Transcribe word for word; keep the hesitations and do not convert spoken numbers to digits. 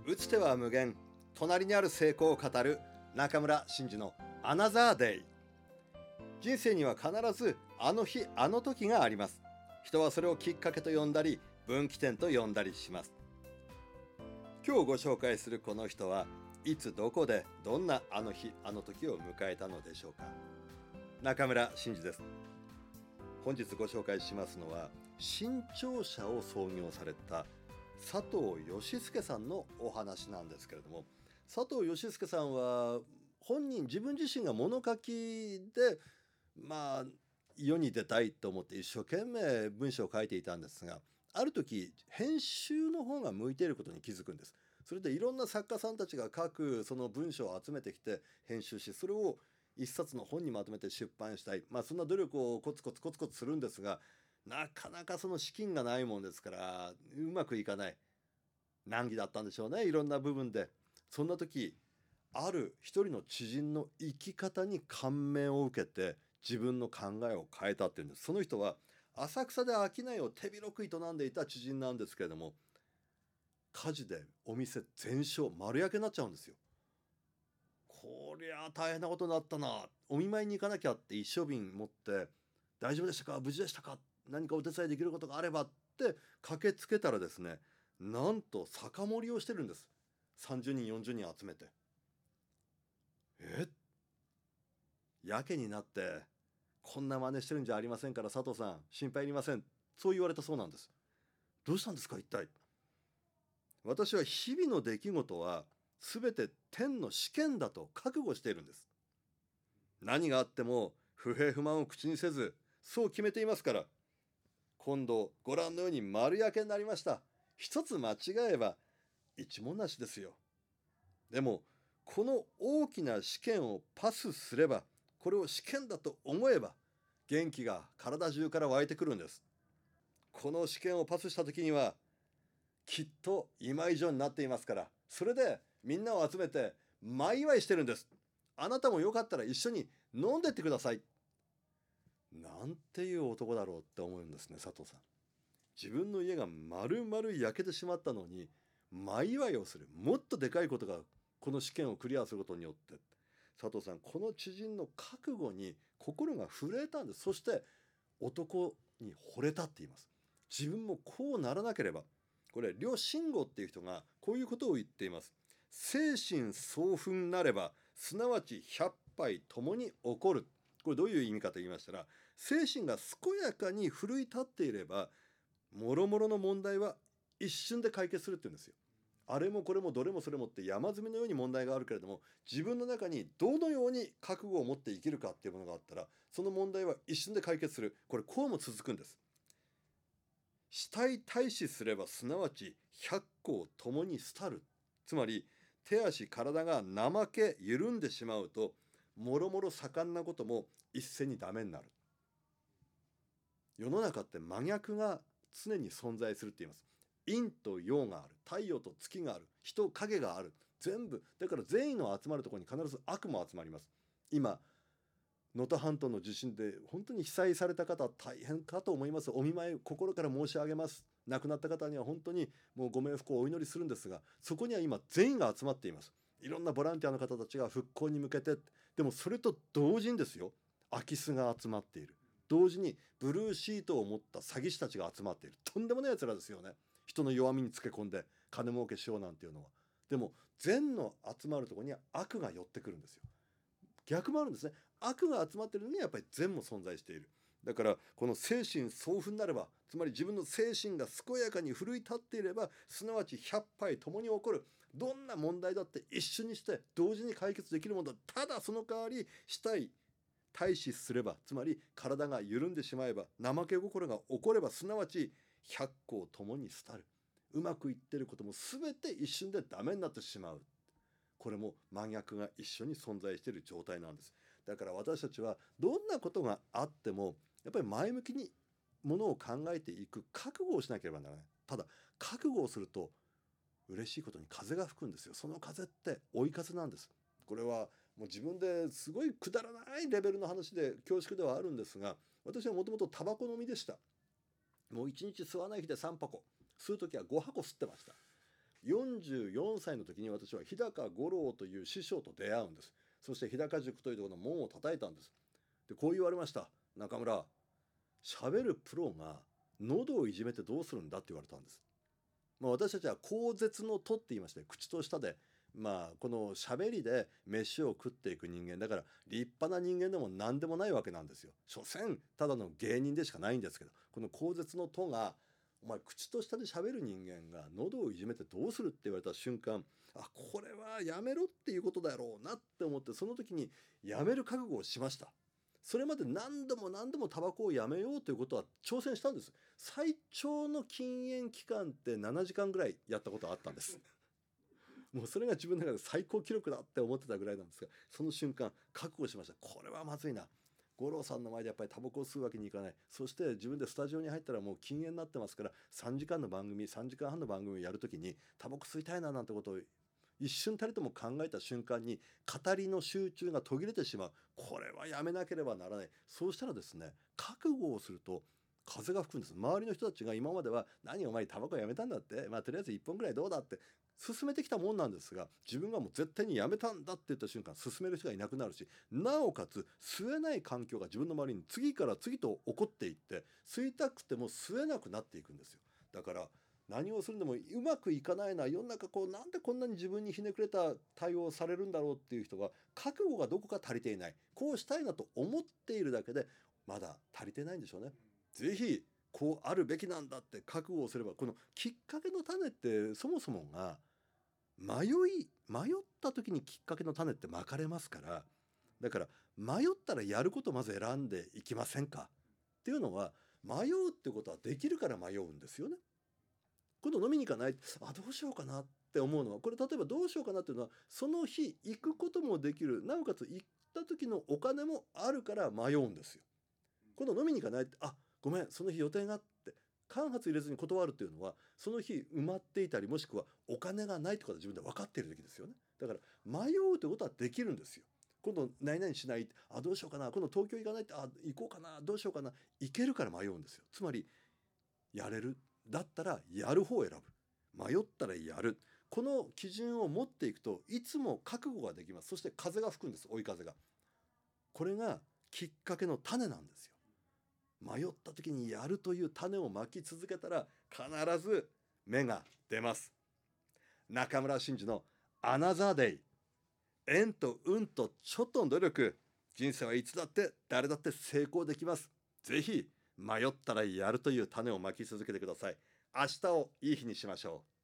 打つ手は無限、隣にある成功を語る中村真嗣のアナザーデイ。人生には必ずあの日あの時があります。人はそれをきっかけと呼んだり分岐点と呼んだりします。今日ご紹介するこの人はいつどこでどんなあの日あの時を迎えたのでしょうか。中村真嗣です。本日ご紹介しますのは新潮社を創業された佐藤義輔さんのお話なんですけれども、佐藤義輔さんは本人自分自身が物書きでまあ世に出たいと思って一生懸命文章を書いていたんですが、ある時編集の方が向いていることに気づくんです。それでいろんな作家さんたちが書くその文章を集めてきて編集し、それを一冊の本にまとめて出版したい、まあそんな努力をコツコツコツコツするんですが、なかなかその資金がないもんですからうまくいかない、難儀だったんでしょうね、いろんな部分で。そんな時ある一人の知人の生き方に感銘を受けて自分の考えを変えたっていうんです。その人は浅草で商いを手広く営んでいた知人なんですけれども、火事でお店全焼、丸焼けになっちゃうんですよ。こりゃ大変なことになったな、お見舞いに行かなきゃって一升瓶持って、大丈夫でしたか、無事でしたか、何かお手伝いできることがあればって駆けつけたらですね、なんと酒盛りをしてるんです。さんじゅうにんよんじゅうにん集めて。えやけになって、こんな真似してるんじゃありませんから佐藤さん心配いりません、そう言われたそうなんです。どうしたんですか一体。私は日々の出来事は全て天の試験だと覚悟しているんです。何があっても不平不満を口にせず、そう決めていますから。今度ご覧のように丸焼けになりました。一つ間違えば一文なしですよ。でもこの大きな試験をパスすれば、これを試験だと思えば元気が体中から湧いてくるんです。この試験をパスした時にはきっと今以上になっていますから、それでみんなを集めて前祝いしてるんです。あなたもよかったら一緒に飲んでってください。なんていう男だろうって思うんですね、佐藤さん。自分の家が丸々焼けてしまったのに前祝いをする、もっとでかいことがこの試験をクリアすることによって、佐藤さんこの知人の覚悟に心が震えたんです。そして男に惚れたって言います。自分もこうならなければ。これ梁真吾っていう人がこういうことを言っています。精神総憤なればすなわち百杯共に起こる。これどういう意味かと言いましたら、精神が健やかに奮い立っていればもろもろの問題は一瞬で解決するって言うんですよ。あれもこれもどれもそれもって山積みのように問題があるけれども、自分の中にどのように覚悟を持って生きるかっていうものがあったら、その問題は一瞬で解決する。これこうも続くんです。死体退死すればすなわち百個を共に廃る。つまり手足体が怠け緩んでしまうともろもろ盛んなことも一斉にダメになる。世の中って真逆が常に存在するって言います。陰と陽がある、太陽と月がある、人影がある、全部だから善意の集まるところに必ず悪も集まります。今能登半島の地震で本当に被災された方大変かと思います。お見舞い心から申し上げます。亡くなった方には本当にもうご冥福をお祈りするんですが、そこには今善意が集まっています。いろんなボランティアの方たちが復興に向けて。でもそれと同時にですよ、空き巣が集まっている。同時にブルーシートを持った詐欺師たちが集まっている。とんでもないやつらですよね。人の弱みにつけ込んで金儲けしようなんていうのは。でも善の集まるところには悪が寄ってくるんですよ。逆もあるんですね。悪が集まっているのにやっぱり善も存在している。だからこの精神総憤なれば、つまり自分の精神が健やかに奮い立っていればすなわち百杯共に起こる。どんな問題だって一緒にして同時に解決できるものだ。ただその代わり死体退死すれば、つまり体が緩んでしまえば、怠け心が起こればすなわち百個を共に廃る。うまくいってることも全て一瞬でダメになってしまう。これも真逆が一緒に存在している状態なんです。だから私たちはどんなことがあってもやっぱり前向きにものを考えていく覚悟をしなければならない。ただ覚悟をすると嬉しいことに風が吹くんですよ。その風って追い風なんです。これはもう自分ですごいくだらないレベルの話で恐縮ではあるんですが、私はもともとタバコ飲みでした。もういちにち吸わない日でさんぱこ、吸う時はごはこ吸ってました。 よんじゅうよんさいの時に私は日高五郎という師匠と出会うんです。そして日高塾というところの門を叩いたんです。でこう言われました。中村、喋るプロが喉をいじめてどうするんだって言われたんです。まあ、私たちは口舌のとって言いまして、口と舌でまあこの喋りで飯を食っていく人間だから、立派な人間でも何でもないわけなんですよ。所詮ただの芸人でしかないんですけど、この口舌のとがお前口と舌で喋る人間が喉をいじめてどうするって言われた瞬間、あ、これはやめろっていうことだろうなって思って、その時にやめる覚悟をしました。それまで何度も何度もタバコをやめようということは挑戦したんです。最長の禁煙期間ってななじかんぐらいやったことあったんです。もうそれが自分の中で最高記録だって思ってたぐらいなんですが、その瞬間覚悟しました。これはまずいな、五郎さんの前でやっぱりタバコを吸うわけにいかない。そして自分でスタジオに入ったらもう禁煙になってますから、さんじかんの番組さんじかんはんの番組をやるときにタバコ吸いたいななんてことを一瞬たりとも考えた瞬間に語りの集中が途切れてしまう。これはやめなければならない。そうしたらですね、覚悟をすると風が吹くんです。周りの人たちが今までは何お前タバコやめたんだって、まあとりあえずいっぽんぐらいどうだって進めてきたもんなんですが、自分がもう絶対にやめたんだって言った瞬間進める人がいなくなるし、なおかつ吸えない環境が自分の周りに次から次と起こっていって、吸いたくても吸えなくなっていくんですよ。だから何をするのもうまくいかないな、世の中こうなんでこんなに自分にひねくれた対応をされるんだろうっていう人が、覚悟がどこか足りていない、こうしたいなと思っているだけでまだ足りてないんでしょうね。ぜひこうあるべきなんだって覚悟をすれば、このきっかけの種ってそもそもが迷い迷った時にきっかけの種ってまかれますから、だから迷ったらやることをまず選んでいきませんかっていうのは、迷うってことはできるから迷うんですよね。今度飲みに行かない、あどうしようかなって思うのは、これ例えばどうしようかなっていうのは、その日行くこともできる、なおかつ行った時のお金もあるから迷うんですよ。今度飲みに行かないって、あごめんその日予定があって間髪入れずに断るっていうのは、その日埋まっていたり、もしくはお金がないってことは自分で分かっている時ですよね。だから迷うということはできるんですよ。今度何々しない、あどうしようかな、今度東京行かないって、あ行こうかな、どうしようかな、行けるから迷うんですよ。つまりやれるだったらやる方を選ぶ、迷ったらやる、この基準を持っていくといつも覚悟ができます。そして風が吹くんです、追い風が。これがきっかけの種なんですよ。迷った時にやるという種をまき続けたら必ず芽が出ます。中村真嗣のアナザーデイ。縁と運とちょっとの努力、人生はいつだって誰だって成功できます。ぜひ迷ったらやるという種をまき続けてください。明日をいい日にしましょう。